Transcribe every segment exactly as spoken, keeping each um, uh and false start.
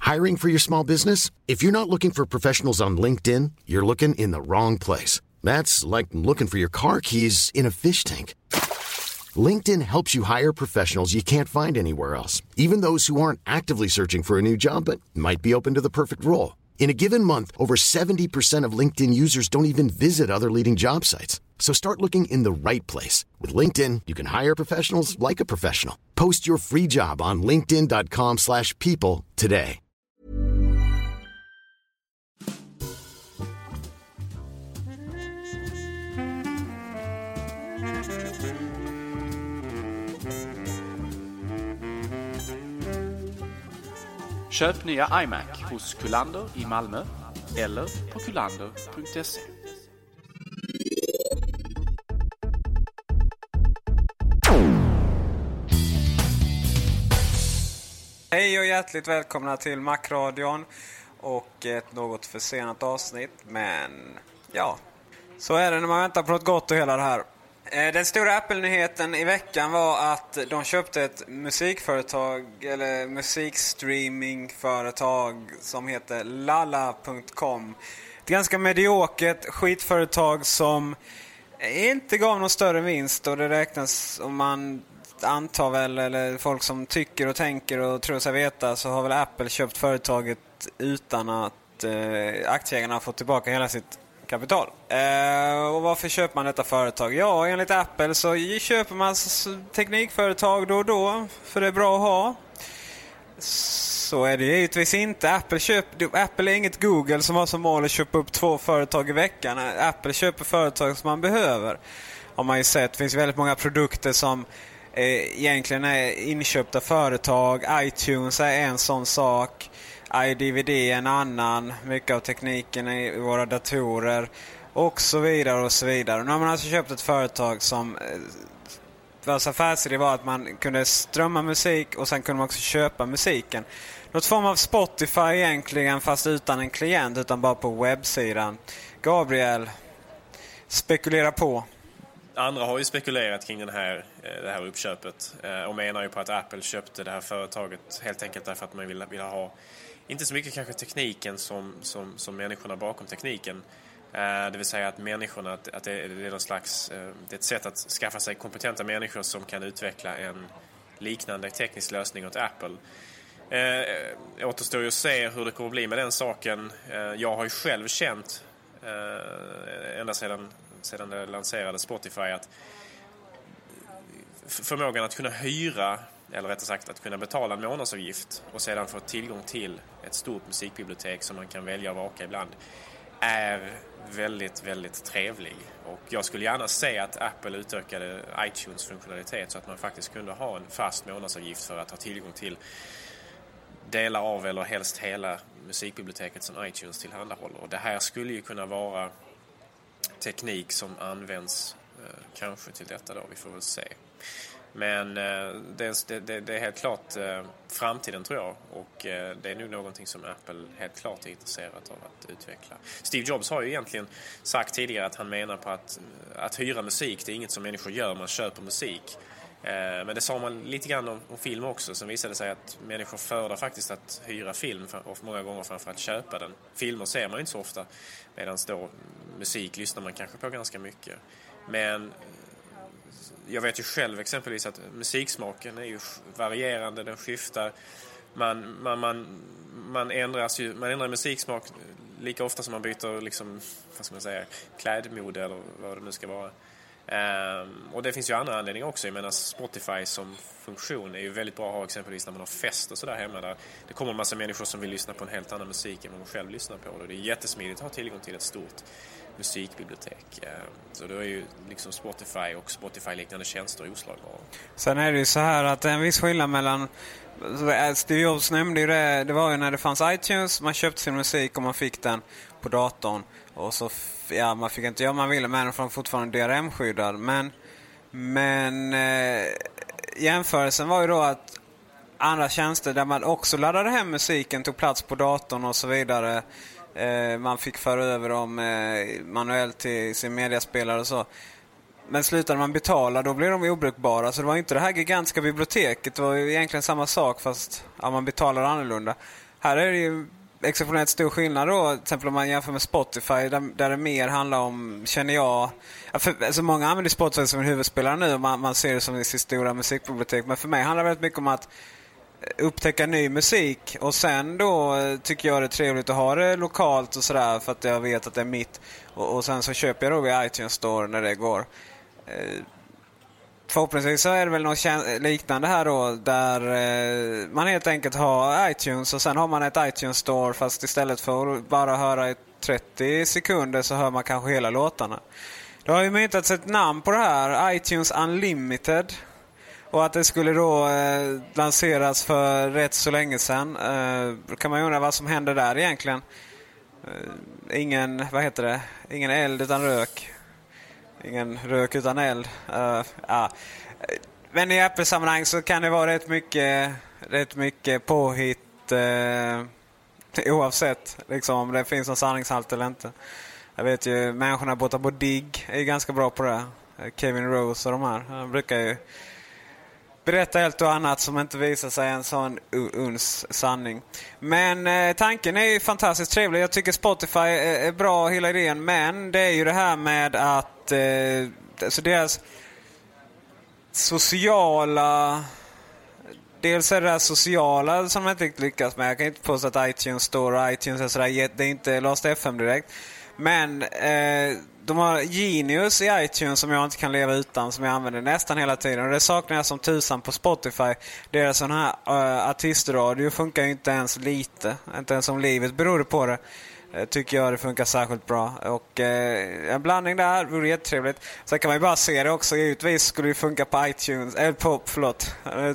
Hiring for your small business? If you're not looking for professionals on LinkedIn, you're looking in the wrong place. That's like looking for your car keys in a fish tank. LinkedIn helps you hire professionals you can't find anywhere else, even those who aren't actively searching for a new job but might be open to the perfect role. In a given month, over seventy percent of LinkedIn users don't even visit other leading job sites. So start looking in the right place. With LinkedIn, you can hire professionals like a professional. Post your free job on linkedin dot com slash people today. Köp nya iMac hos Kullander i Malmö eller på kullander punkt se. Hej och hjärtligt välkomna till Macradion och ett något försenat avsnitt, men ja, så är det när man väntar på något gott och hela det här. Den stora Apple-nyheten i veckan var att de köpte ett musikföretag eller musikstreamingföretag som heter lala punkt com. Ett ganska mediokert skitföretag som inte gav någon större vinst, och det räknas, om man antar väl, eller folk som tycker och tänker och tror sig veta, så har väl Apple köpt företaget utan att eh, aktieägarna har fått tillbaka hela sitt kapital. Eh, och varför köper man detta företag? Ja, enligt Apple så köper man teknikföretag då och då för det är bra att ha. Så är det givetvis inte. Apple, köper, Apple är inget Google som har som mål att köpa upp två företag i veckan. Apple köper företag som man behöver. Har man ju sett. Det finns väldigt många produkter som eh, egentligen är inköpta företag. iTunes är en sån sak. iDVD är en annan. Mycket av tekniken i våra datorer. Och så vidare och så vidare. Och nu har man alltså köpt ett företag som... Vars affärsidé var att man kunde strömma musik och sen kunde man också köpa musiken. Något form av Spotify egentligen, fast utan en klient, utan bara på webbsidan. Gabriel, spekulera på. Andra har ju spekulerat kring den här, det här uppköpet och menar ju på att Apple köpte det här företaget helt enkelt därför att man ville, ville ha inte så mycket kanske tekniken som, som, som människorna bakom tekniken. Det vill säga att människorna, att, att det, det är någon slags, det är ett sätt att skaffa sig kompetenta människor som kan utveckla en liknande teknisk lösning åt Apple. Eh, återstår ju att se hur det kommer att bli med den saken. Eh, jag har ju själv känt eh, ända sedan, sedan det lanserade Spotify att förmågan att kunna hyra, eller rättare sagt att kunna betala en månadsavgift och sedan få tillgång till ett stort musikbibliotek som man kan välja och vaka ibland, är väldigt, väldigt trevlig. Och jag skulle gärna se att Apple utökade iTunes-funktionalitet så att man faktiskt kunde ha en fast månadsavgift för att ha tillgång till delar av eller helst hela musikbiblioteket som iTunes tillhandahåller. Och det här skulle ju kunna vara teknik som används eh, kanske till detta då, vi får väl se. Men eh, det, det, det är helt klart eh, framtiden, tror jag. Och eh, det är nu någonting som Apple helt klart är intresserat av att utveckla. Steve Jobs har ju egentligen sagt tidigare att han menar på att, att hyra musik, det är inget som människor gör, man köper musik. Eh, men det sa man lite grann om, om film också, som visade sig att människor föredrar faktiskt att hyra film och många gånger framför att köpa den. Filmer ser man inte så ofta, medan då musik lyssnar man kanske på ganska mycket. Men jag vet ju själv exempelvis att musiksmaken är ju varierande, den skiftar. Man, man, man, man, ändras ju, man ändrar musiksmak lika ofta som man byter liksom, vad ska man säga, klädmode eller vad det nu ska vara. Um, och det finns ju andra anledningar också. Jag menar, Spotify som funktion är ju väldigt bra att ha exempelvis när man har fest och sådär hemma. Där det kommer en massa människor som vill lyssna på en helt annan musik än vad man själv lyssnar på. Och det är jättesmidigt att ha tillgång till ett stort musikbibliotek. Så då är ju liksom Spotify och Spotify-liknande tjänster oslagbara. Sen är det ju så här att det är en viss skillnad mellan, Steve Jobs nämnde ju det, det var ju när det fanns iTunes, man köpte sin musik och man fick den på datorn. Och så, ja, man fick inte göra man ville med den för den fortfarande D R M-skyddad. Men, men eh, jämförelsen var ju då att andra tjänster där man också laddade hem musiken, tog plats på datorn och så vidare. Eh, man fick föra över dem eh, manuellt till sin mediaspelare och så. Men slutade man betala, då blev de obrukbara. Så det var inte det här gigantiska biblioteket. Det var ju egentligen samma sak, fast ja, man betalar annorlunda. Här är det ju exceptionellt stor skillnad då, till exempel om man jämför med Spotify där, där det mer handlar om, känner jag, för, alltså många använder Spotify som en huvudspelare nu och man, man ser det som sitt stora musikbibliotek, men för mig handlar det väldigt mycket om att upptäcka ny musik och sen då tycker jag det är trevligt att ha det lokalt och sådär för att jag vet att det är mitt och, och sen så köper jag då vid iTunes Store när det går. Eh, förhoppningsvis så är det väl något liknande här då där eh, man helt enkelt har iTunes och sen har man ett iTunes Store fast istället för att bara höra i trettio sekunder så hör man kanske hela låtarna. Det har ju myntats ett namn på det här, iTunes Unlimited. Och att det skulle då eh, lanseras för rätt så länge sedan. Eh, då kan man ju undra vad som händer där egentligen. Eh, ingen, vad heter det? Ingen eld utan rök. Ingen rök utan eld. Uh, ja. Men i Apple-sammanhang så kan det vara rätt mycket, rätt mycket påhitt eh, oavsett liksom, om det finns någon sanningshalt eller inte. Jag vet ju, människorna borta på Digg är ganska bra på det. Kevin Rose och de här. Han brukar ju berätta helt och annat som inte visar sig en sån uns sanning. Men eh, tanken är ju fantastiskt trevlig. Jag tycker Spotify är, är bra hela idén. Men det är ju det här med att eh, alltså deras sociala... Dels är det där sociala som de inte riktigt lyckas med. Jag kan inte påstå att iTunes Store och iTunes är sådär, det är inte Last F M direkt. Men eh, de har Genius i iTunes som jag inte kan leva utan, som jag använder nästan hela tiden. Och det saknar jag som tusan på Spotify. Deras sån här uh, artistradio funkar ju inte ens lite. Inte ens om livet beror på det. Uh, tycker jag det funkar särskilt bra. Och uh, en blandning där vore jättetrevligt. Så kan man ju bara se det också. Givetvis skulle det funka på iTunes. Eller på, förlåt.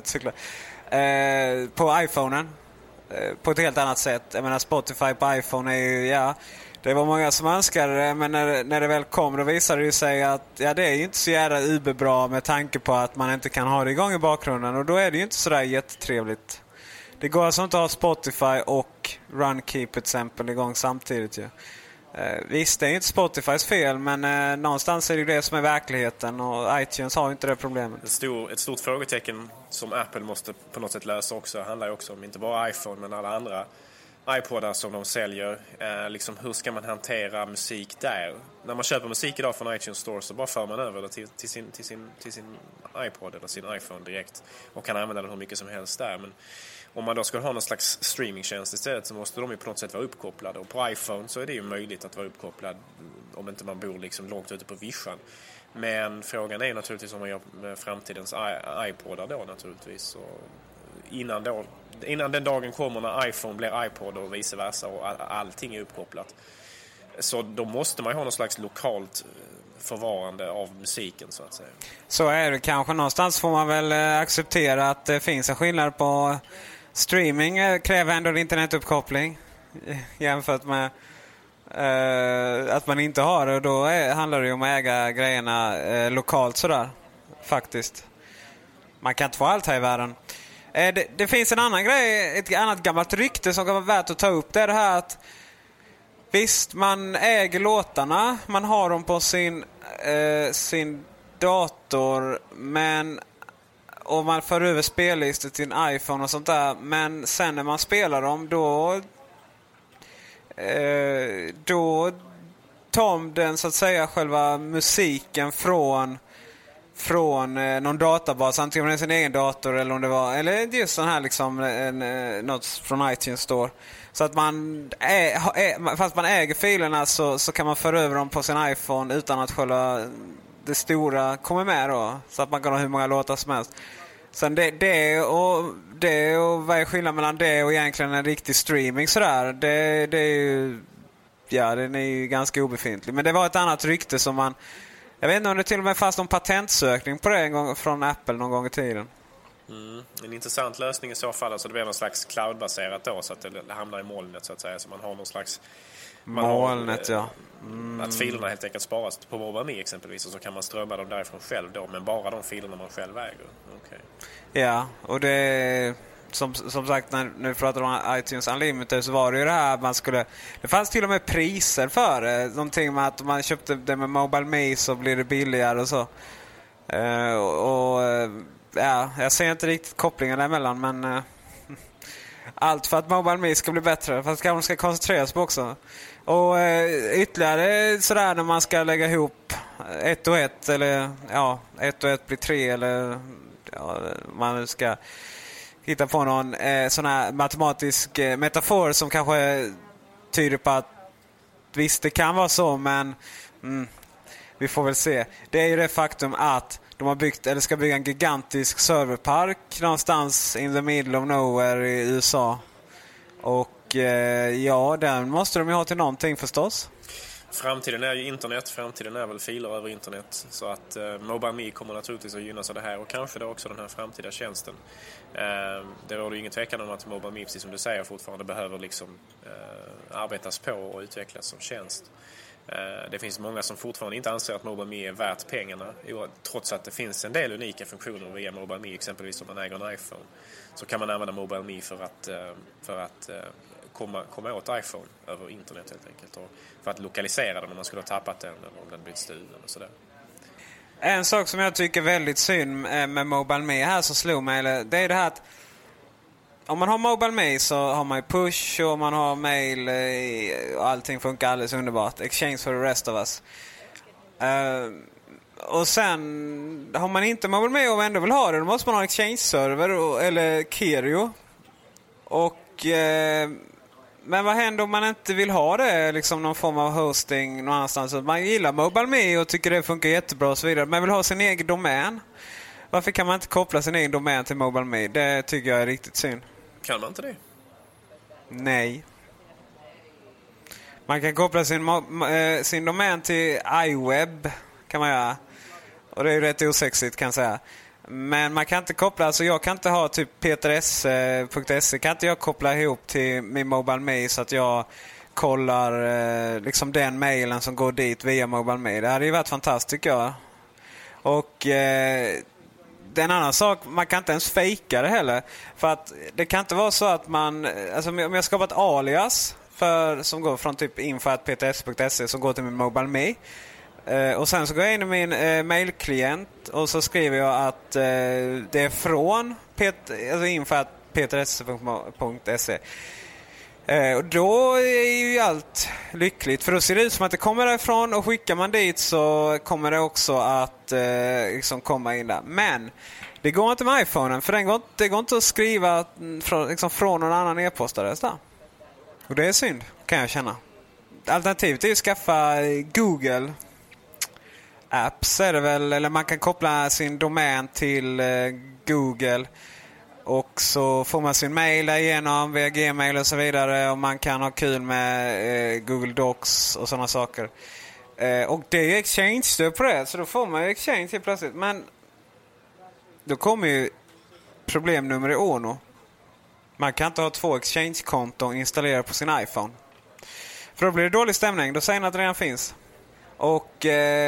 uh, på iPhonen. Uh, på ett helt annat sätt. Jag menar Spotify på iPhone är ju, ja... Det var många som önskade det, men när, när det väl kom då visade det sig att ja, det är ju inte så jävla uberbra med tanke på att man inte kan ha det igång i bakgrunden. Och då är det ju inte sådär jättetrevligt. Det går alltså inte att ha Spotify och Runkeep till exempel igång samtidigt ju. Eh, visst, det är inte Spotifys fel, men eh, någonstans är det ju det som är verkligheten och iTunes har ju inte det problemet. Ett, stor, ett stort frågetecken som Apple måste på något sätt lösa också handlar ju också om inte bara iPhone men alla andra iPodar som de säljer. Eh, liksom, hur ska man hantera musik där? När man köper musik idag från iTunes Store så bara för man över det till, till, sin, till, sin, till sin iPod eller sin iPhone direkt och kan använda den hur mycket som helst där. Men om man då ska ha någon slags streamingtjänst istället så måste de ju på något sätt vara uppkopplade. Och på iPhone så är det ju möjligt att vara uppkopplad om inte man bor liksom långt ute på vischan. Men frågan är naturligtvis om man gör med framtidens iPodar då naturligtvis. Och innan, då, innan den dagen kommer när iPhone blir iPod och vice versa och all, allting är uppkopplat. Så då måste man ju ha någon slags lokalt förvarande av musiken så att säga. Så är det kanske. Någonstans får man väl acceptera att det finns en skillnad på streaming. Kräver ändå internetuppkoppling jämfört med eh, att man inte har det. Och då är, handlar det ju om att äga grejerna eh, lokalt sådär. Faktiskt. Man kan inte få allt här i världen. Eh, det, det finns en annan grej, ett annat gammalt rykte som kan vara värt att ta upp. Det är det här att visst, man äger låtarna, man har dem på sin, eh, sin dator, men och man för över spellistor till en iPhone och sånt där, men sen när man spelar dem då eh, då tar den så att säga själva musiken från från eh, någon databas, antingen från sin egen dator eller om det var eller just sån här liksom en, en, något från iTunes Store. Så att man ä, ä, fast man äger filerna så, så kan man föra över dem på sin iPhone utan att själva det stora kommer med då. Så att man kan ha hur många låtar som helst. Sen det, det och det och vad är skillnaden mellan det och egentligen en riktig streaming sådär. Det, det är ju ja, den är ju ganska obefintlig. Men det var ett annat rykte som man jag vet inte om det till och med fanns någon patentsökning på det en gång från Apple någon gång i tiden. Mm. En intressant lösning i så fall, alltså det blir någon slags cloudbaserat då så att det hamnar i molnet så att säga, så man har någon slags man molnet har, ja mm. att filerna helt enkelt sparas på MobileMe exempelvis och så kan man strömma dem därifrån själv då, men bara de filerna man själv äger. Okay. Ja, och det som, som sagt när nu pratar om iTunes Unlimited så var det ju det här man skulle det fanns till och med priser för det, någonting med att om man köpte det med MobileMe så blir det billigare och så uh, och, och ja, jag ser inte riktigt kopplingen däremellan, men uh, allt för att MobileMe ska bli bättre. För att de ska koncentreras på också. Och eh, ytterligare sådär när man ska lägga ihop ett och ett. Eller ja, ett och ett blir tre. Eller ja, man ska hitta på någon eh, sån här matematisk eh, metafor som kanske tyder på att visst, det kan vara så, men mm, vi får väl se. Det är ju det faktum att de har byggt, eller ska bygga en gigantisk serverpark någonstans in the middle of nowhere i U S A. Och eh, ja, den måste de ju ha till någonting förstås. Framtiden är ju internet, framtiden är väl filer över internet. Så att eh, MobileMe kommer naturligtvis att gynnas av det här och kanske då också den här framtida tjänsten. Eh, det råder ju ingen tvekan om att MobileMe, precis som du säger, fortfarande behöver liksom eh, arbetas på och utvecklas som tjänst. Eh, det finns många som fortfarande inte anser att MobileMe är värt pengarna, trots att det finns en del unika funktioner via MobileMe, exempelvis om man äger en iPhone. Så kan man använda MobileMe för att, eh, för att eh, komma, komma åt iPhone över internet helt enkelt. Och för att lokalisera den om man skulle ha tappat den eller om den blivit stulen och sådär. En sak som jag tycker är väldigt synd med MobileMe här som slog mig, det är det här att om man har MobileMe så har man ju push och man har mail och allting funkar alldeles underbart. Exchange for the rest of us. Uh, och sen har man inte MobileMe och ändå vill ha det, då måste man ha Exchange-server eller Kerio. Och uh, men vad händer om man inte vill ha det, liksom någon form av hosting någon annanstans? Man gillar MobileMe och tycker det funkar jättebra och så vidare, men vill ha sin egen domän. Varför kan man inte koppla sin egen domän till MobileMe? Det tycker jag är riktigt synd. Kan man inte det? Nej. Man kan koppla sin, mo- sin domän till iWeb, kan man göra. Och det är ju rätt osexigt, kan jag säga. Men man kan inte koppla, alltså jag kan inte ha typ peter's punkt se, kan inte jag koppla ihop till min MobileMe så att jag kollar eh, liksom den mailen som går dit via MobileMe. Det hade ju varit fantastiskt, tycker jag. Och eh, det är en annan sak, man kan inte ens fejka det heller. För att det kan inte vara så att man, alltså om jag skapar ett alias för, som går från typ info at peter's punkt se som går till min MobileMe. Uh, och sen så går jag in i min uh, mailklient och så skriver jag att uh, det är från pet- alltså info at peter's punkt se. Uh, och då är ju allt lyckligt, för då ser det ut som att det kommer därifrån, och skickar man dit så kommer det också att uh, liksom komma in där. Men det går inte med iPhonen, för den går inte, det går inte att skriva från, liksom från någon annan e-postadress där. Och det är synd, kan jag känna. Alternativet är ju att skaffa Google Apps är det väl, eller man kan koppla sin domän till eh, Google och så får man sin mail där igenom via Gmail och så vidare, och man kan ha kul med eh, Google Docs och sådana saker. Eh, och det är ju Exchange-stöd på det, så då får man ju Exchange helt plötsligt. Men då kommer ju problem nummer i Ono. Man kan inte ha två Exchange-konton installerade på sin iPhone. För då blir det dålig stämning, då säger man att det redan finns. Och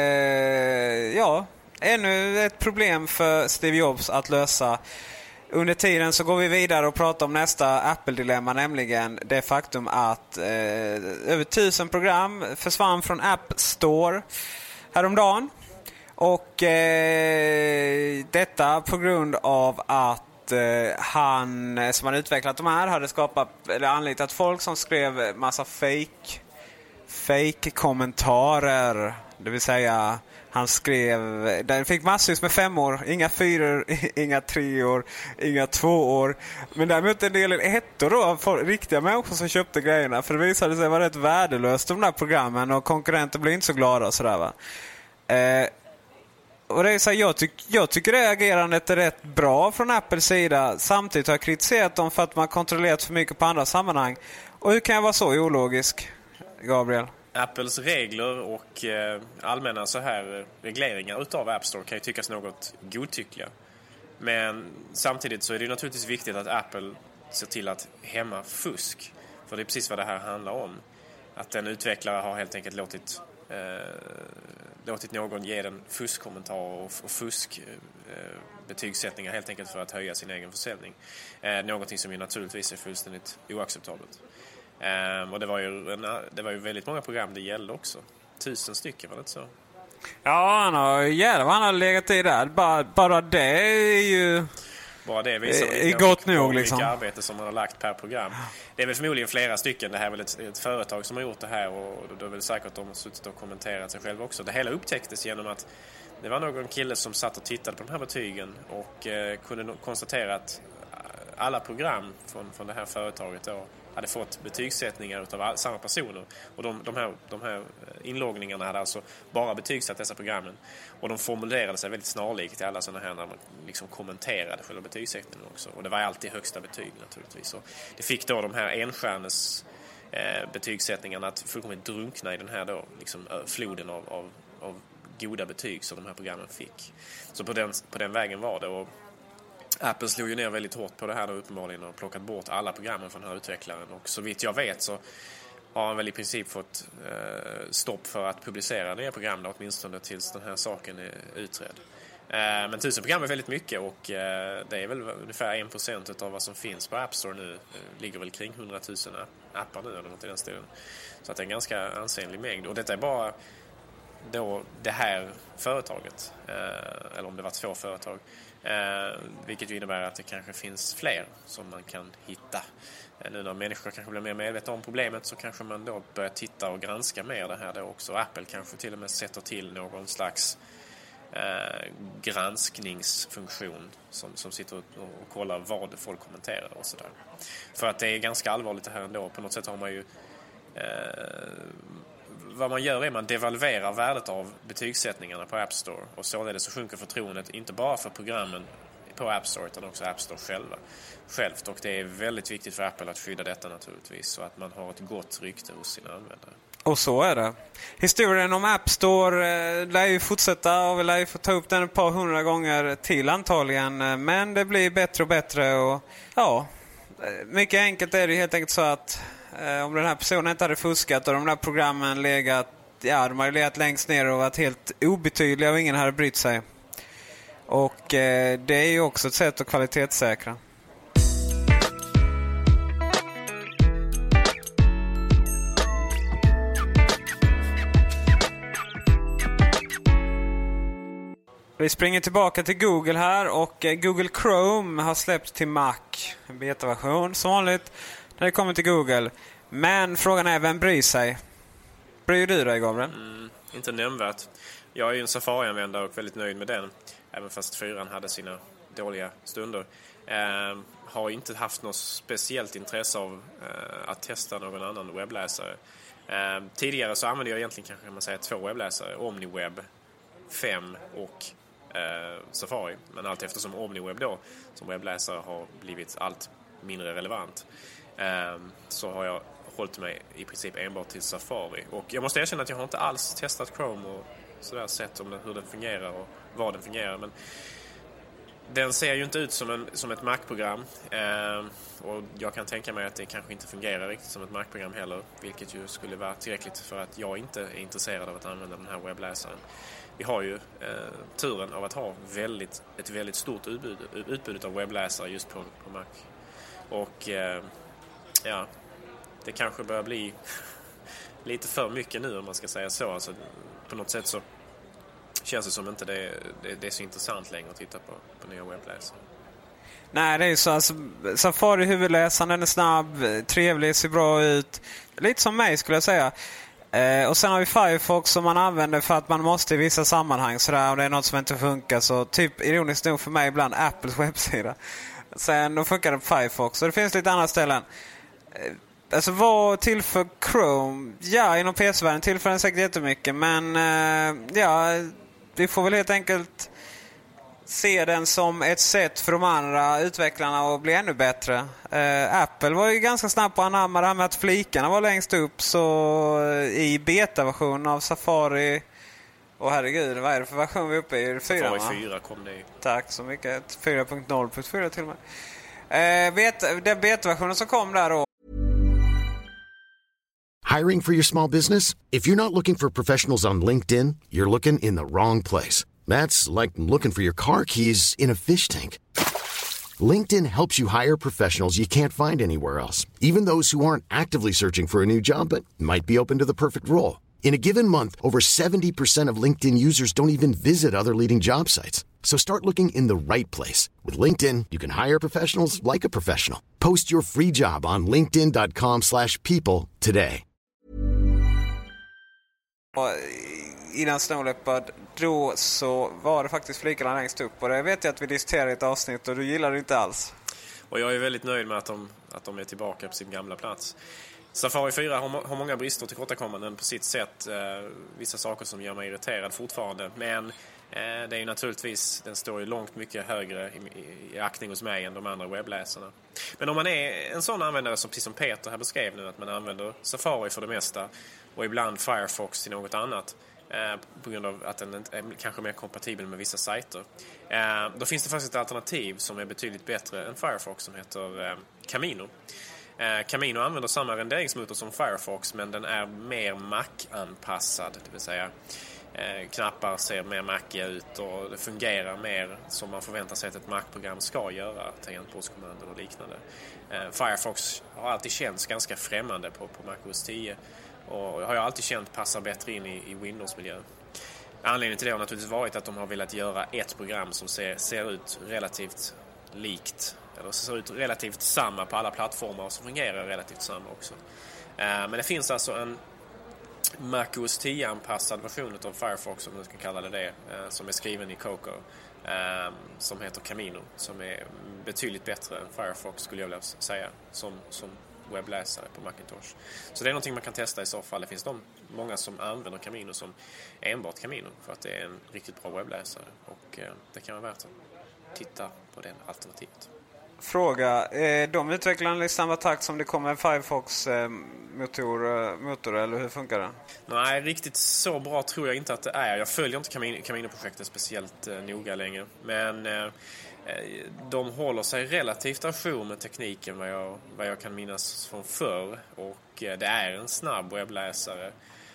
eh, ja, ännu ett problem för Steve Jobs att lösa. Under tiden så går vi vidare och pratar om nästa Apple-dilemma, nämligen det faktum att eh, över tusen program försvann från App Store häromdagen. Och eh, detta på grund av att eh, han som hade utvecklat de här hade skapat, eller anlitat folk som skrev massa fake fake-kommentarer. Det vill säga, han skrev, den fick massvis med fem år, inga fyror, inga tre år, inga två år. Men däremot en del ettor då, för riktiga människor som köpte grejerna. För det visade sig vara rätt värdelöst de där programmen, och konkurrenter blev inte så glada och sådär, va. Eh, och det är så här, jag, tyck, jag tycker det agerandet är rätt bra från Apples sida. Samtidigt har jag kritiserat dem för att man kontrollerat för mycket på andra sammanhang. Och hur kan jag vara så ologisk, Gabriel? Apples regler och eh, allmänna så här regleringar utav App Store kan ju tyckas något godtyckliga. Men samtidigt så är det ju naturligtvis viktigt att Apple ser till att hämma fusk. För det är precis vad det här handlar om. Att en utvecklare har helt enkelt låtit, eh, låtit någon ge den fuskkommentar och, och fusk eh, betygssättningar helt enkelt för att höja sin egen försäljning. Eh, någonting som ju naturligtvis är fullständigt oacceptabelt. Um, och det var, ju en, det var ju väldigt många program det gällde också. Tusen stycken, var det inte så? Ja, han har jävlar, han har legat i där. Bara, bara det är ju Bara det visar I gott nog mycket liksom. arbete som man har lagt per program. Det är väl förmodligen flera stycken. Det här är väl ett, ett företag som har gjort det här, och då är väl säkert de har suttit och kommenterat sig själv också. Det hela upptäcktes genom att det var någon kille som satt och tittade på de här betygen och eh, kunde konstatera att alla program från, från det här företaget då hade fått betygssättningar av all, samma personer. Och de, de, här, de här inloggningarna hade alltså bara betygsatt dessa programmen. Och de formulerade sig väldigt snarlikt i alla sådana här när man liksom kommenterade själva betygssättningen också. Och det var alltid högsta betyg naturligtvis. Och det fick då de här enstjärnes eh, betygssättningarna att fullkomligt drunkna i den här då, liksom, floden av, av, av goda betyg som de här programmen fick. Så på den, på den vägen var det. Och Apple slog ju ner väldigt hårt på det här då uppenbarligen och plockat bort alla programmen från den här utvecklaren. Och så vitt jag vet så har han väl i princip fått eh, stopp för att publicera nya program då, åtminstone tills den här saken är utredd. Eh, men tusen program är väldigt mycket, och eh, det är väl ungefär en procent av vad som finns på App Store nu. Eh, ligger väl kring hundratusen appar nu eller något i den stilen. Så att det är en ganska ansenlig mängd. Och detta är bara då det här företaget, eh, eller om det var två företag. Eh, vilket ju innebär att det kanske finns fler som man kan hitta. Eh, nu när människor kanske blir mer medvetna om problemet så kanske man då börjar titta och granska mer det här då också. Apple kanske till och med sätter till någon slags eh, granskningsfunktion som, som sitter och, och kollar vad folk kommenterar och sådär. För att det är ganska allvarligt det här ändå. På något sätt har man ju eh, vad man gör är att man devalverar värdet av betygssättningarna på App Store, och således så sjunker förtroendet inte bara för programmen på App Store utan också App Store själva, självt. Och det är väldigt viktigt för Apple att skydda detta naturligtvis, så att man har ett gott rykte hos sina användare. Och så är det. Historien om App Store eh, lär ju fortsätta, och vi lär ju få ta upp den ett par hundra gånger till antagligen. Men det blir bättre och bättre, och ja, mycket enkelt är det helt enkelt så att om den här personen inte hade fuskat och de där programmen legat, ja, de hade legat längst ner och varit helt obetydliga och ingen hade brytt sig. Och eh, det är ju också ett sätt att kvalitetssäkra. Vi springer tillbaka till Google här, och eh, Google Chrome har släppt till Mac en betaversion som vanligt när det kommer till Google. Men frågan är, vem bryr sig? Bryr du dig, Gabriel? Mm, inte nämnvärt. Jag är ju en Safari-användare och väldigt nöjd med den. Även fast fyran hade sina dåliga stunder. Eh, har inte haft något speciellt intresse av eh, att testa någon annan webbläsare. Eh, tidigare så använde jag egentligen kanske man säger två webbläsare. OmniWeb fem och eh, Safari. Men allt eftersom OmniWeb då som webbläsare har blivit allt mindre relevant, Um, så har jag hållit mig i princip enbart till Safari. Och jag måste erkänna att jag har inte alls testat Chrome och sådär, sett om den, hur den fungerar och vad den fungerar. Men den ser ju inte ut som, en, som ett Mac-program. Um, och jag kan tänka mig att det kanske inte fungerar riktigt som ett Mac-program heller. Vilket ju skulle vara tillräckligt för att jag inte är intresserad av att använda den här webbläsaren. Vi har ju eh, turen av att ha väldigt, ett väldigt stort utbud, utbud av webbläsare just på, på Mac. Och eh, ja, det kanske börjar bli lite för mycket nu, om man ska säga så. Alltså, på något sätt så känns det som inte det, det, det är så intressant längre att titta på, på nya webbläsare. Nej, det är ju så. Alltså, Safari huvudläsaren, den är snabb, trevlig, ser bra ut. Lite som mig skulle jag säga. Eh, och sen har vi Firefox som man använder för att man måste i vissa sammanhang. Sådär, och det är något som inte funkar. Så typ ironiskt nog för mig ibland Apples webbsida. Sen då funkar det på Firefox. Så det finns lite andra ställen. Alltså vad tillför Chrome? Ja, inom P C-världen tillför den säkert jättemycket. Men ja, vi får väl helt enkelt se den som ett sätt för de andra utvecklarna att bli ännu bättre. Apple var ju ganska snabb på att anamma det här med att flikarna var längst upp. Så i beta-versionen av Safari... Åh herregud, vad är det för version vi är uppe i? fyra, va? Safari fyra kom det i. Tack så mycket. fyra punkt noll punkt fyra till och med. Eh, vet, den beta-versionen som kom där då. Hiring for your small business? If you're not looking for professionals on LinkedIn, you're looking in the wrong place. That's like looking for your car keys in a fish tank. LinkedIn helps you hire professionals you can't find anywhere else, even those who aren't actively searching for a new job but might be open to the perfect role. In a given month, over seventy percent of LinkedIn users don't even visit other leading job sites. So start looking in the right place. With LinkedIn, you can hire professionals like a professional. Post your free job on linkedin dot com slash people today. Innan Snow Leopard, då så var det faktiskt flikarna längst upp. Och det vet jag att vi diskuterade i ett avsnitt och du gillar det inte alls. Och jag är väldigt nöjd med att de, att de är tillbaka på sin gamla plats. Safari fyra har, har många brister och tillkortakommanden på sitt sätt. Eh, vissa saker som gör mig irriterad fortfarande. Men eh, det är ju naturligtvis, den står ju långt mycket högre i, i, i aktning hos mig än de andra webbläsarna. Men om man är en sån användare som, precis som Peter här beskrev nu, att man använder Safari för det mesta och ibland Firefox till något annat. Eh, på grund av att den är kanske mer kompatibel med vissa sajter. Eh, då finns det faktiskt ett alternativ som är betydligt bättre än Firefox som heter eh, Camino. Eh, Camino använder samma renderingsmotor som Firefox, men den är mer Mac-anpassad. Det vill säga eh, knappar ser mer Maciga ut och det fungerar mer som man förväntar sig att ett Mac-program ska göra. Tangentbordskommandon och liknande. Eh, Firefox har alltid känts ganska främmande på, på Mac O S tio. Och har jag alltid känt passar bättre in i, i Windows-miljön. Anledningen till det har naturligtvis varit att de har velat göra ett program som ser, ser ut relativt likt. Eller ser ut relativt samma på alla plattformar och som fungerar relativt samma också. Eh, men det finns alltså en Mac O S tio-anpassad version av Firefox, om man ska kalla det det, eh, som är skriven i Cocoa. Eh, som heter Camino. Som är betydligt bättre än Firefox, skulle jag vilja säga. Som... som webbläsare på Macintosh. Så det är någonting man kan testa i så fall. Det finns de, många som använder Camino som enbart Camino för att det är en riktigt bra webbläsare och eh, det kan vara värt att titta på den alternativet. Fråga, eh, de utvecklarna i samma takt som det kommer en Firefox eh, motor, eh, motor eller hur funkar det? Nej, riktigt så bra tror jag inte att det är. Jag följer inte Camino, Camino-projektet speciellt eh, noga längre, men eh, de håller sig relativt ajour med tekniken vad jag, vad jag kan minnas från förr och det är en snabb webbläsare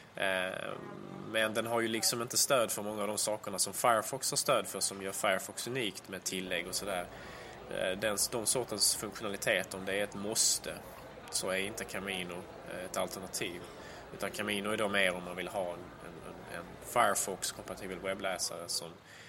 men den har ju liksom inte stöd för många av de sakerna som Firefox har stöd för, som gör Firefox unikt med tillägg och sådär. Den, de sortens funktionalitet, om det är ett måste, så är inte Camino ett alternativ, utan Camino är då mer om man vill ha en, en, en Firefox-kompatibel webbläsare som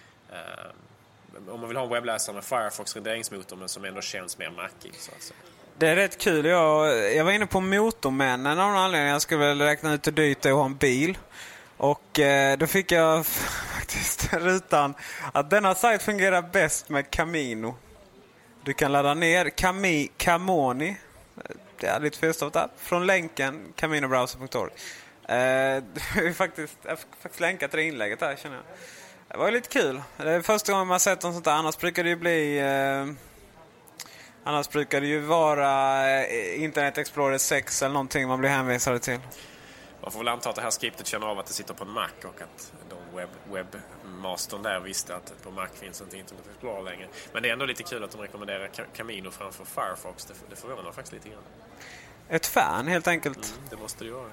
om man vill ha en webbläsare med Firefox renderingsmotor men som ändå känns mer Macig, så att säga. Det är rätt kul. Jag, jag var inne på Motormännen av någon anledning. Jag skulle väl räkna ut hur dyrt det är att ha en bil. Och eh, då fick jag faktiskt rutan att denna sajt fungerar bäst med Camino. Du kan ladda ner Cami, Camoni. Det är lite felstavat där. Från länken caminobrowser punkt org. Eh, det är faktiskt, jag har faktiskt länkat till det inlägget här, känner jag. Det var lite kul. Det är första gången man sett något sånt där. Annars brukar det ju bli... Eh, annars brukar det ju vara eh, Internet Explorer sex eller någonting man blir hänvisad till. Man får väl anta att det här skriptet känner av att det sitter på en Mac och att de webb, webbmastern där visste att på Mac finns inte Internet Explorer längre. Men det är ändå lite kul att de rekommenderar Camino framför Firefox. Det, det förvånar faktiskt lite grann. Ett fan helt enkelt. Mm, det måste det ju vara.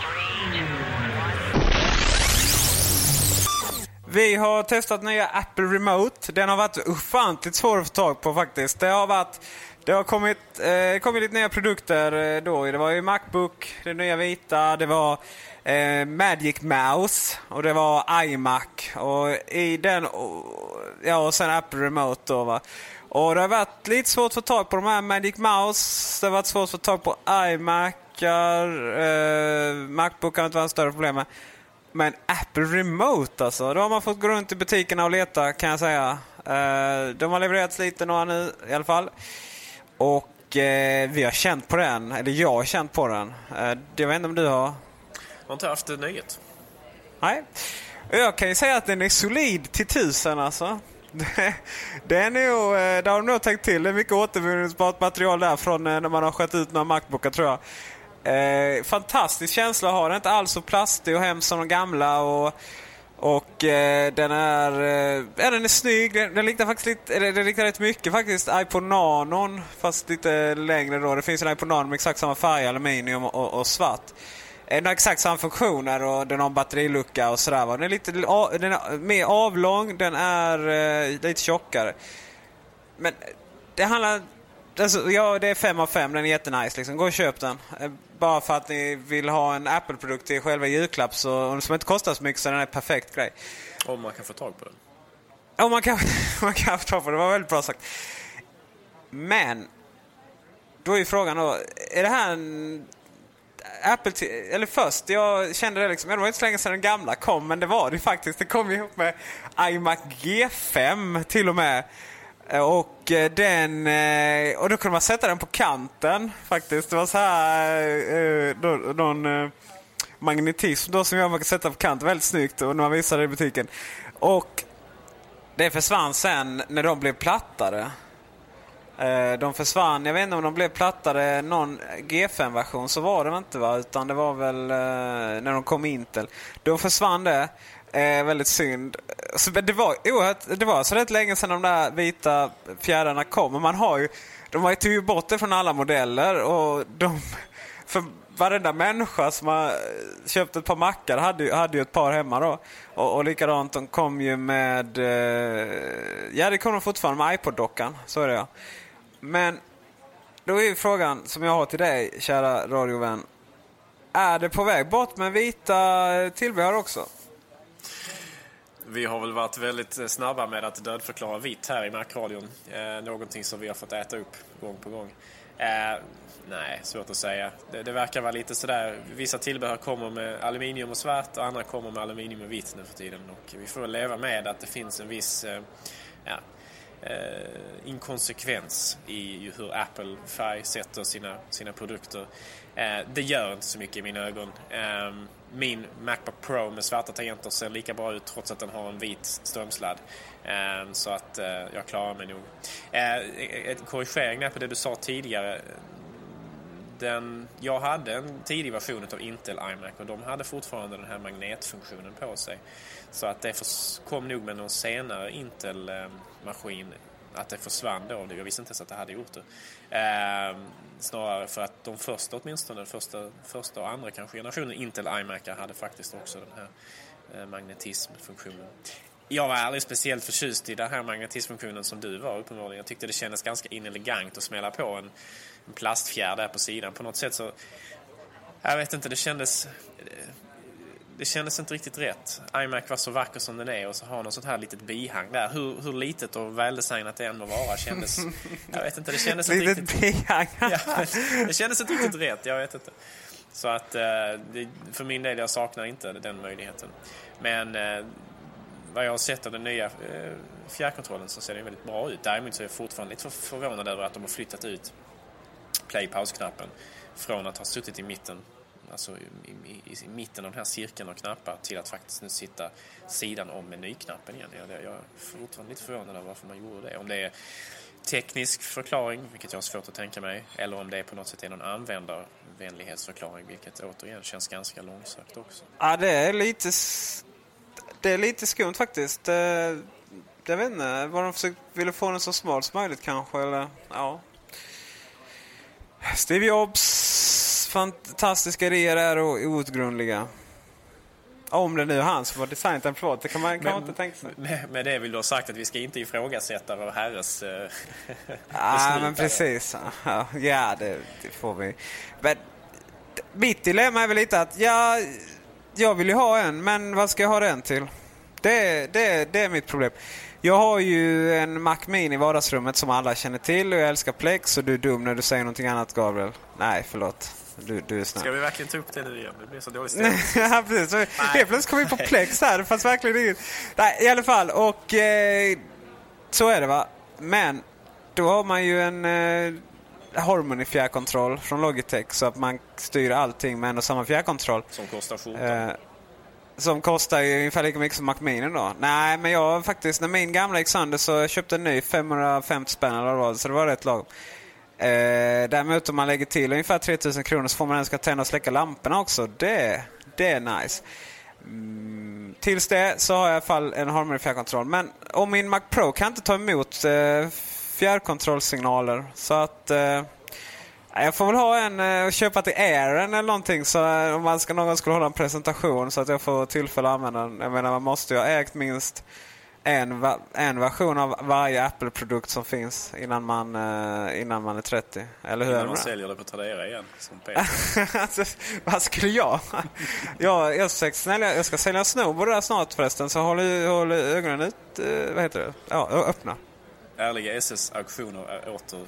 Vi har testat nya Apple Remote. Den har varit ofantligt svår att få tag på faktiskt. Det har varit det har kommit eh, kommit lite nya produkter eh, då. Det var ju Macbook, det nya vita, det var eh, Magic Mouse och det var iMac och i den och, ja och sen Apple Remote då, va. Och det har varit lite svårt att få tag på de här Magic Mouse. Det har varit svårt att få tag på iMac, eh, Macbook kan inte vara en större problem med. Men Apple Remote alltså, då har man fått gå runt i butikerna och leta, kan jag säga. Eh, de har levererats lite några nu i alla fall. Och eh, vi har känt på den, eller jag har känt på den. Eh, det vet inte om du har. Jag har inte haft nöjet. Nej. Jag kan ju säga att den är solid till tusen alltså. Den är ju, där har de nog tänkt till. Det är mycket återvinningsbart material där från när man har skött ut några Macbookar, tror jag. Eh, fantastisk känsla har den, inte alls så plastig och hemskt som de gamla och, och eh, den är eh, ja, den är snygg, den, den liknar faktiskt lite, eller den liknar rätt mycket faktiskt iPod Nanon, fast lite längre då. Det finns en iPod Nanon med exakt samma färg, aluminium och, och svart. Eh, den har exakt samma funktioner och den har en batterilucka och sådär, va? Den är lite den är mer avlång, den är eh, lite tjockare. Men det handlar alltså, ja, det är fem av fem, den är jättenice liksom. Gå och köp den. Bara för att ni vill ha en Apple-produkt till själva julklapp så, som inte kostar så mycket, så den är en perfekt grej. Om man kan få tag på den. Ja, man kan, man kan ta på det. Det var väldigt bra sagt. Men då är ju frågan då, är det här en Apple t- eller först, jag kände det liksom, det var inte så länge sedan den gamla kom, men det var det faktiskt. Det kom ihop med iMac G fem till och med. Och den och då kunde man sätta den på kanten faktiskt. Det var så här då, någon magnetism då som jag man kan sätta på kanten, väldigt snyggt, och när man visade det i butiken. Och det försvann sen när de blev plattare. De försvann, jag vet inte om de blev plattare någon G fem-version, så var det inte, va? Utan det var väl när de kom Intel. Då försvann det, eh, väldigt synd. Så det var oerhört, det var så rätt länge sedan de där vita fjädrarna kom. Och man har ju, de har ju tagit bort det från alla modeller, och de, för varenda människa som har köpt ett par mackar hade, hade ju ett par hemma då. Och, och likadant, de kom ju med eh, ja, det kommer fortfarande med iPod-dockan, så är det ja. Men då är ju frågan som jag har till dig, kära radiovän. Är det på väg bort med vita tillbehör också? Vi har väl varit väldigt snabba med att dödförklara vitt här i Mac-radion. Eh, någonting som vi har fått äta upp gång på gång. Eh, nej, svårt att säga. Det, det verkar vara lite sådär. Vissa tillbehör kommer med aluminium och svart, och andra kommer med aluminium och vitt nu för tiden. Och vi får leva med att det finns en viss eh, ja, eh, inkonsekvens i hur Apple färgsätter sina, sina produkter. Eh, det gör inte så mycket i mina ögon. Eh, min MacBook Pro med svarta tangenter ser lika bra ut trots att den har en vit strömsladd. Eh, så att eh, jag klarar mig nog. Eh, en korrigering där på det du sa tidigare. Den, jag hade en tidig version av Intel iMac, och de hade fortfarande den här magnetfunktionen på sig. Så att det kom nog med någon senare Intel-maskin att det försvann då. Jag visste inte ens att det hade gjort det. Eh, snarare för att de första, åtminstone första, första och andra kanske generationen Intel iMac hade faktiskt också den här eh, magnetismfunktionen. Jag var aldrig speciellt förtjust i den här magnetismfunktionen som du var uppenbarligen. Jag tyckte det kändes ganska inelegant att smälla på en, en plastfjär där på sidan. På något sätt så, jag vet inte, det kändes det kändes inte riktigt rätt. iMac var så vacker som den är, och så har något sånt här litet bihang där. Hur, hur litet och väldesignat det än må vara kändes, jag vet inte, det kändes inte riktigt bihang. Ja, det kändes inte riktigt rätt, jag vet inte. Så att det, för min del, jag saknar inte den möjligheten. Men vad jag har sett av den nya eh, fjärrkontrollen så ser det väldigt bra ut. Däremot så är jag fortfarande lite förvånad över att de har flyttat ut play-pause-knappen från att ha suttit i mitten, alltså i, i, i mitten av den här cirkeln av knappar, till att faktiskt nu sitta sidan om menyknappen igen. Jag, jag är fortfarande lite förvånad över varför man gjorde det. Om det är teknisk förklaring, vilket jag har svårt att tänka mig, eller om det är på något sätt är någon användarvänlighetsförklaring, vilket återigen känns ganska långsökt också. Ja, det är lite... Det är lite skumt faktiskt. Det, jag vet inte, var de försökt, ville få den så smart som möjligt kanske, eller ja. Steve Jobs fantastiska idéer är outgrundliga. Om det nu är han som var designat en plåt, det kan man, kan man inte tänka sig. Med, med det vill du ha sagt att vi ska inte ifrågasätta vår herres äh, Ja, men precis. Ja, ja det, det får vi. Men mitt dilemma är väl lite att ja, jag vill ju ha en, men vad ska jag ha den till? Det, det, det är mitt problem. Jag har ju en Mac Mini i vardagsrummet som alla känner till, och jag älskar Plex, och du är dum när du säger någonting annat, Gabriel. Nej, förlåt. Du, du är snäll. Ska vi verkligen ta upp det nu igen? Det blir så dåligt stämt. Ja, precis. Helt plötsligt kom vi på Plex här. Det fanns verkligen inget. Nej, i alla fall. Och eh, så är det, va? Men då har man ju en eh, Harmony fjärrkontroll från Logitech, så att man styr allting med en och samma fjärrkontroll. Som kostar skjortan. Eh, som kostar ju ungefär lika mycket som Mac Mini då. Nej, men jag faktiskt, när min gamla gick sönder så jag köpte en ny femhundrafemtio spänn eller vad, så det var rätt lagom. Eh, däremot om man lägger till ungefär tre tusen kronor så får man ens tända och släcka lamporna också. Det, det är nice. Mm, tills det så har jag i alla fall en Harmony fjärrkontroll. Men om min Mac Pro kan inte ta emot eh, fjärrkontrollsignaler, så att eh, jag får väl ha en och eh, köpa till Airen eller någonting, så eh, om man ska någon skulle hålla en presentation så att jag får tillfälle att använda den. Jag menar, man måste ju ha ägt minst en, va- en version av varje Apple-produkt som finns innan man, uh, innan man är trettio. Eller hur? Innan är man det? säljer det på Tradera igen. Som Peter. Alltså, vad skulle jag? jag, jag, ska sälja, jag ska sälja snowboard där snart förresten. Så håll, håll ögonen ut. Uh, vad heter det? Ja, öppna. Ärliga S S-auktioner är åter...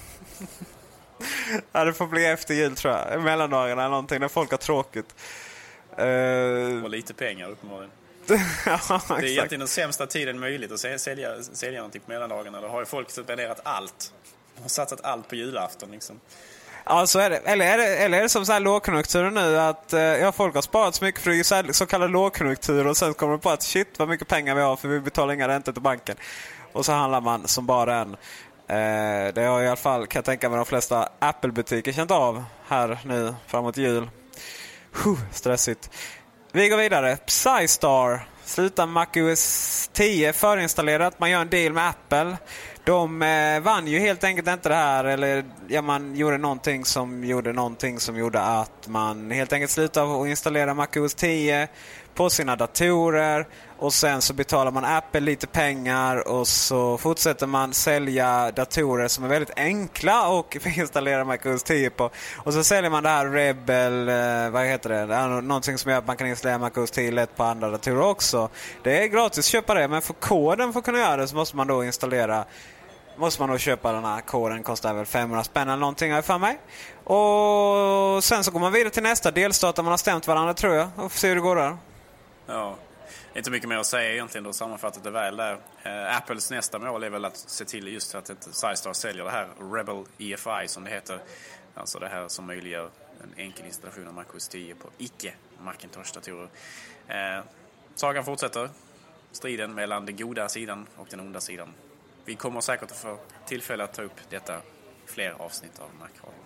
Ja, det får bli efter jul tror jag. Mellandagarna eller någonting när folk har tråkigt. Uh... Och lite pengar uppenbarligen. Ja, det är egentligen den sämsta tiden möjligt att sälja, sälja någonting på mellandagarna. Då har ju folk spenderat allt. De har satsat allt på julafton liksom. Ja, så är det. Eller är det, eller är det som så här lågkonjunktur nu att uh, ja, folk har sparat så mycket för så, här, så kallad lågkonjunktur och sen kommer de på att shit vad mycket pengar vi har för vi betalar inga räntor till banken. Och så handlar man som bara en. Uh, det har i alla fall, kan jag tänka mig, de flesta Apple-butiker känt av här nu framåt jul. Huh, stressigt. Vi går vidare. Psystar slutar MacOS tio förinstallerat. Man gör en deal med Apple. De eh, vann ju helt enkelt inte det här. Eller ja, man gjorde någonting som gjorde någonting som gjorde att man helt enkelt slutade att installera MacOS tio på sina datorer. Och sen så betalar man Apple lite pengar och så fortsätter man sälja datorer som är väldigt enkla och installera MacOS tio på. Och så säljer man det här Rebel, eh, vad heter det? Det är någonting som gör att man kan installera MacOS tio lätt på andra datorer också. Det är gratis att köpa det, men för koden för att kunna göra det så måste man då installera, måste man då köpa den här koden, kostar väl femhundra spänn eller någonting här för mig. Och sen så går man vidare till nästa delstat där man har stämt varandra tror jag. Och får se hur det går där. Ja, inte mycket mer att säga egentligen, då sammanfattat det väl där. Eh, Apples nästa mål är väl att se till just att ett Psystar säljer det här Rebel E F I som det heter. Alltså det här som möjliggör en enkel installation av MacOS tio på icke-Macintosh-datorer. Eh, sagan fortsätter. Striden mellan den goda sidan och den onda sidan. Vi kommer säkert att få tillfälle att ta upp detta fler avsnitt av Macradion.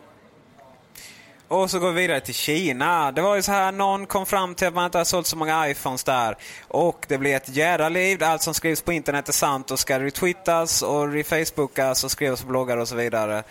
Och så går vi vidare till Kina. Det var ju så här, någon kom fram till att man inte har sålt så många iPhones där. Och det blir ett jävla liv. Allt som skrivs på internet är sant och ska retweetas och refacebookas och skrivas på bloggar och så vidare.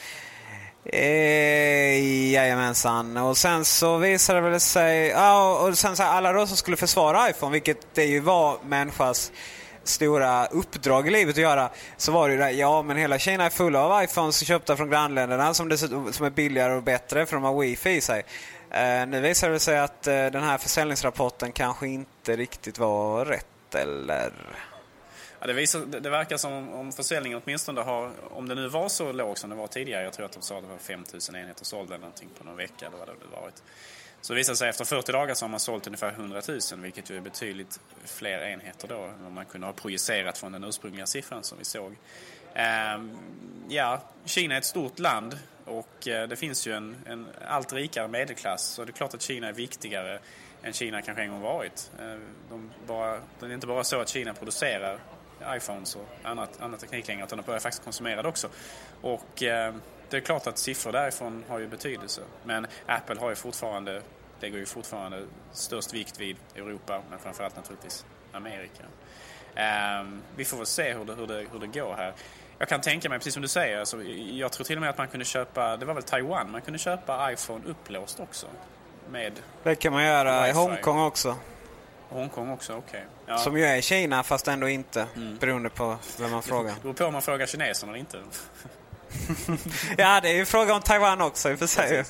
Eh, jajamensan. Och sen så visade det väl sig... Ja, och sen så här, alla då som skulle försvara iPhone, vilket det ju var människas stora uppdrag i livet att göra, så var det ju där, ja men hela Kina är full av iPhones köpta från grannländerna som, det, som är billigare och bättre för de har wifi i sig. Eh, nu visar det sig att eh, den här försäljningsrapporten kanske inte riktigt var rätt, eller... Ja, det, visar, det, det verkar som om försäljningen åtminstone har, om det nu var så låg som det var tidigare, jag tror att de sa att det var fem tusen enheter sålda eller någonting på någon vecka eller vad det varit. Så det visar sig efter fyrtio dagar så har man sålt ungefär hundra tusen, vilket ju är betydligt fler enheter då än man kunde ha projicerat från den ursprungliga siffran som vi såg. Ehm, ja, Kina är ett stort land och eh, det finns ju en, en allt rikare medelklass, så det är klart att Kina är viktigare än Kina kanske en gång varit. Ehm, de bara, det är inte bara så att Kina producerar iPhones och annat, annat teknik längre, utan de börjar faktiskt konsumera det också. Och eh, det är klart att siffror därifrån har ju betydelse. Men Apple har ju fortfarande, det går ju fortfarande störst vikt vid Europa, men framförallt naturligtvis Amerika. Eh, vi får väl se hur det, hur, det, hur det går här. Jag kan tänka mig, precis som du säger, alltså, jag tror till och med att man kunde köpa, det var väl Taiwan, man kunde köpa iPhone upplåst också. Med det kan man göra wifi. I Hongkong också. Hongkong också, okej. Okay. Ja. Som ju är i Kina fast ändå inte, mm. beroende på vem man frågar. Det beror på om man frågar kineserna eller inte. Ja, det är ju fråga om Taiwan också i och för sig.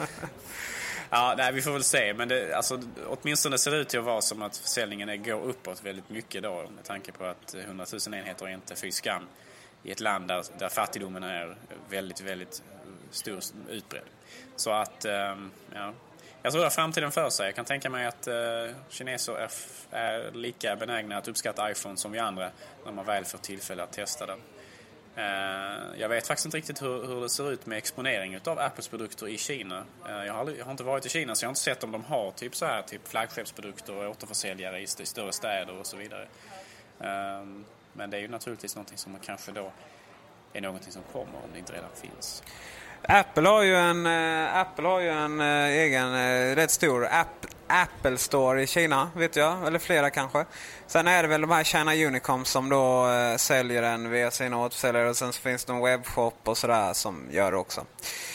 Ja, nej, vi får väl se. Men det, alltså, åtminstone ser det ut att vara som att försäljningen är, går uppåt väldigt mycket då. Med tanke på att hundratusen enheter är inte fy skam i ett land där, där fattigdomen är väldigt, väldigt stor, utbredd. Så att, um, ja... Jag tror att framtiden för sig. Jag kan tänka mig att uh, kineser är, f- är lika benägna att uppskatta iPhone som vi andra när man väl får tillfälle att testa den. Uh, jag vet faktiskt inte riktigt hur, hur det ser ut med exponering av Apples produkter i Kina. Uh, jag, har aldrig, jag har inte varit i Kina, så jag har inte sett om de har typ så här, typ flaggskeppsprodukter och återförsäljare i, st- i större städer och så vidare. Uh, men det är ju naturligtvis någonting som kanske då är någonting som kommer om det inte redan finns. Apple har ju en äh, Apple har ju en äh, egen äh, rätt stor app, Apple Store i Kina, vet jag, eller flera kanske. Sen är det väl de här China Unicom som då äh, säljer den via sina återförsäljare, och sen så finns det en webbshop och sådär som gör det också.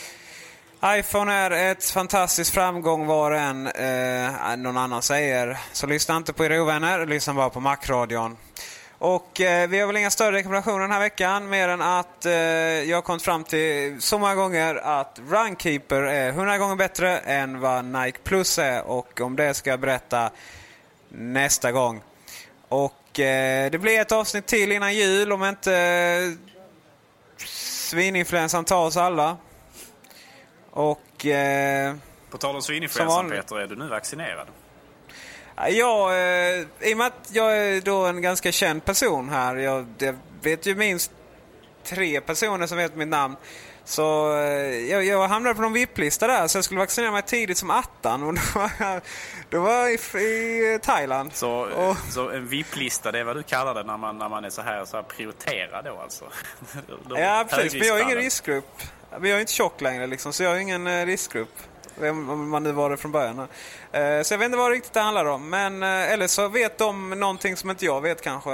iPhone är ett fantastiskt framgång var en äh, någon annan säger. Så lyssna inte på era ovänner, lyssna bara på Macradion. Och eh, vi har väl inga större rekommendationer den här veckan, mer än att eh, jag har kommit fram till så många gånger att Runkeeper är hundra gånger bättre än vad Nike Plus är, och om det ska jag berätta nästa gång. Och eh, det blir ett avsnitt till innan jul om inte eh, svininfluensan tar oss alla. Och eh, på tal om svininfluensan, Peter, är du nu vaccinerad? Ja, eh, i och med att jag är då en ganska känd person här. Jag, jag vet ju minst tre personer som vet mitt namn. Så eh, jag, jag hamnade på någon V I P-lista där, så jag skulle vaccinera mig tidigt som attan. Och då var jag, då var jag i, i Thailand. Så, och, så en V I P-lista, det är vad du kallar det när man, när man är så här, så här prioriterad då alltså? Då, ja, precis. Men jag är ingen riskgrupp. Jag är inte tjock längre liksom, så jag är ingen eh, riskgrupp. Om man nu var det från början. Eh, så jag vet inte vad riktigt det handlar om. Men, eh, eller så vet de någonting som inte jag vet kanske.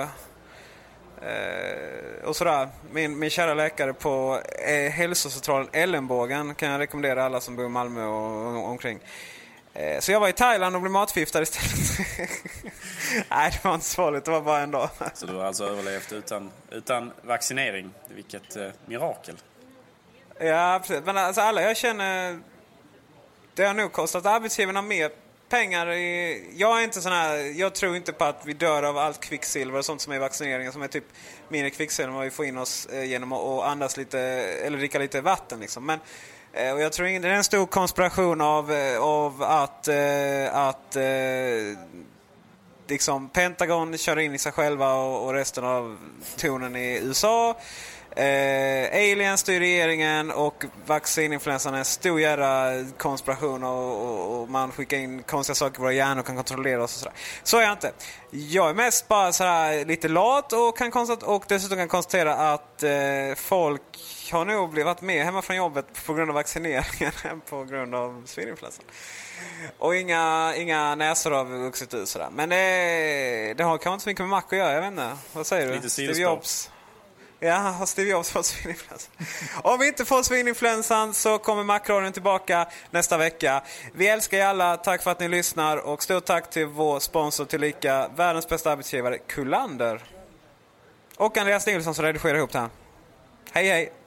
Eh, och sådär. Min, min kära läkare på eh, hälsocentralen Ellenbågen kan jag rekommendera alla som bor i Malmö och, och omkring. Eh, så jag var i Thailand och blev matförgiftad istället. Nej, det var inte svårt. Det var bara en dag. Så du har alltså överlevt utan, utan vaccinering. Vilket eh, mirakel. Ja, precis. Men alltså alla jag känner... Det har nog kostat arbetsgivarna mer pengar. I, jag är inte sån här, jag tror inte på att vi dör av allt kvicksilver och sånt som är vaccineringen, som är typ mindre kvicksilver än vad vi får in oss eh, genom att andas lite eller dricka lite vatten liksom. Men eh, och jag tror inte det är en stor konspiration av eh, av att eh, att eh, liksom Pentagon kör in i sig själva och, och resten av tonen i U S A. Eh, Alien styr regeringen och vaccininfluensan är en stor jävla konspiration och, och, och man skickar in konstiga saker i våra hjärnor och kan kontrollera oss och sådär. Så är jag inte. Jag är mest bara sådär lite lat och, kan konstatera, och dessutom kan konstatera att eh, folk har nog blivit med hemma från jobbet på grund av vaccineringen än på grund av svininfluensan. Och inga, inga näsor har vuxit ut sådär. Men det, det har kanske inte så mycket med Mac att göra, jag vet inte. Vad säger du? Lite Steve Jobs. Ja, har Steve Jobs fått svininfluensan? Om vi inte får svininfluensan så kommer Macradion tillbaka nästa vecka. Vi älskar er alla, tack för att ni lyssnar. Och stort tack till vår sponsor tillika världens bästa arbetsgivare, Kullander. Och Andreas Nilsson som redigerar ihop det här. Hej hej!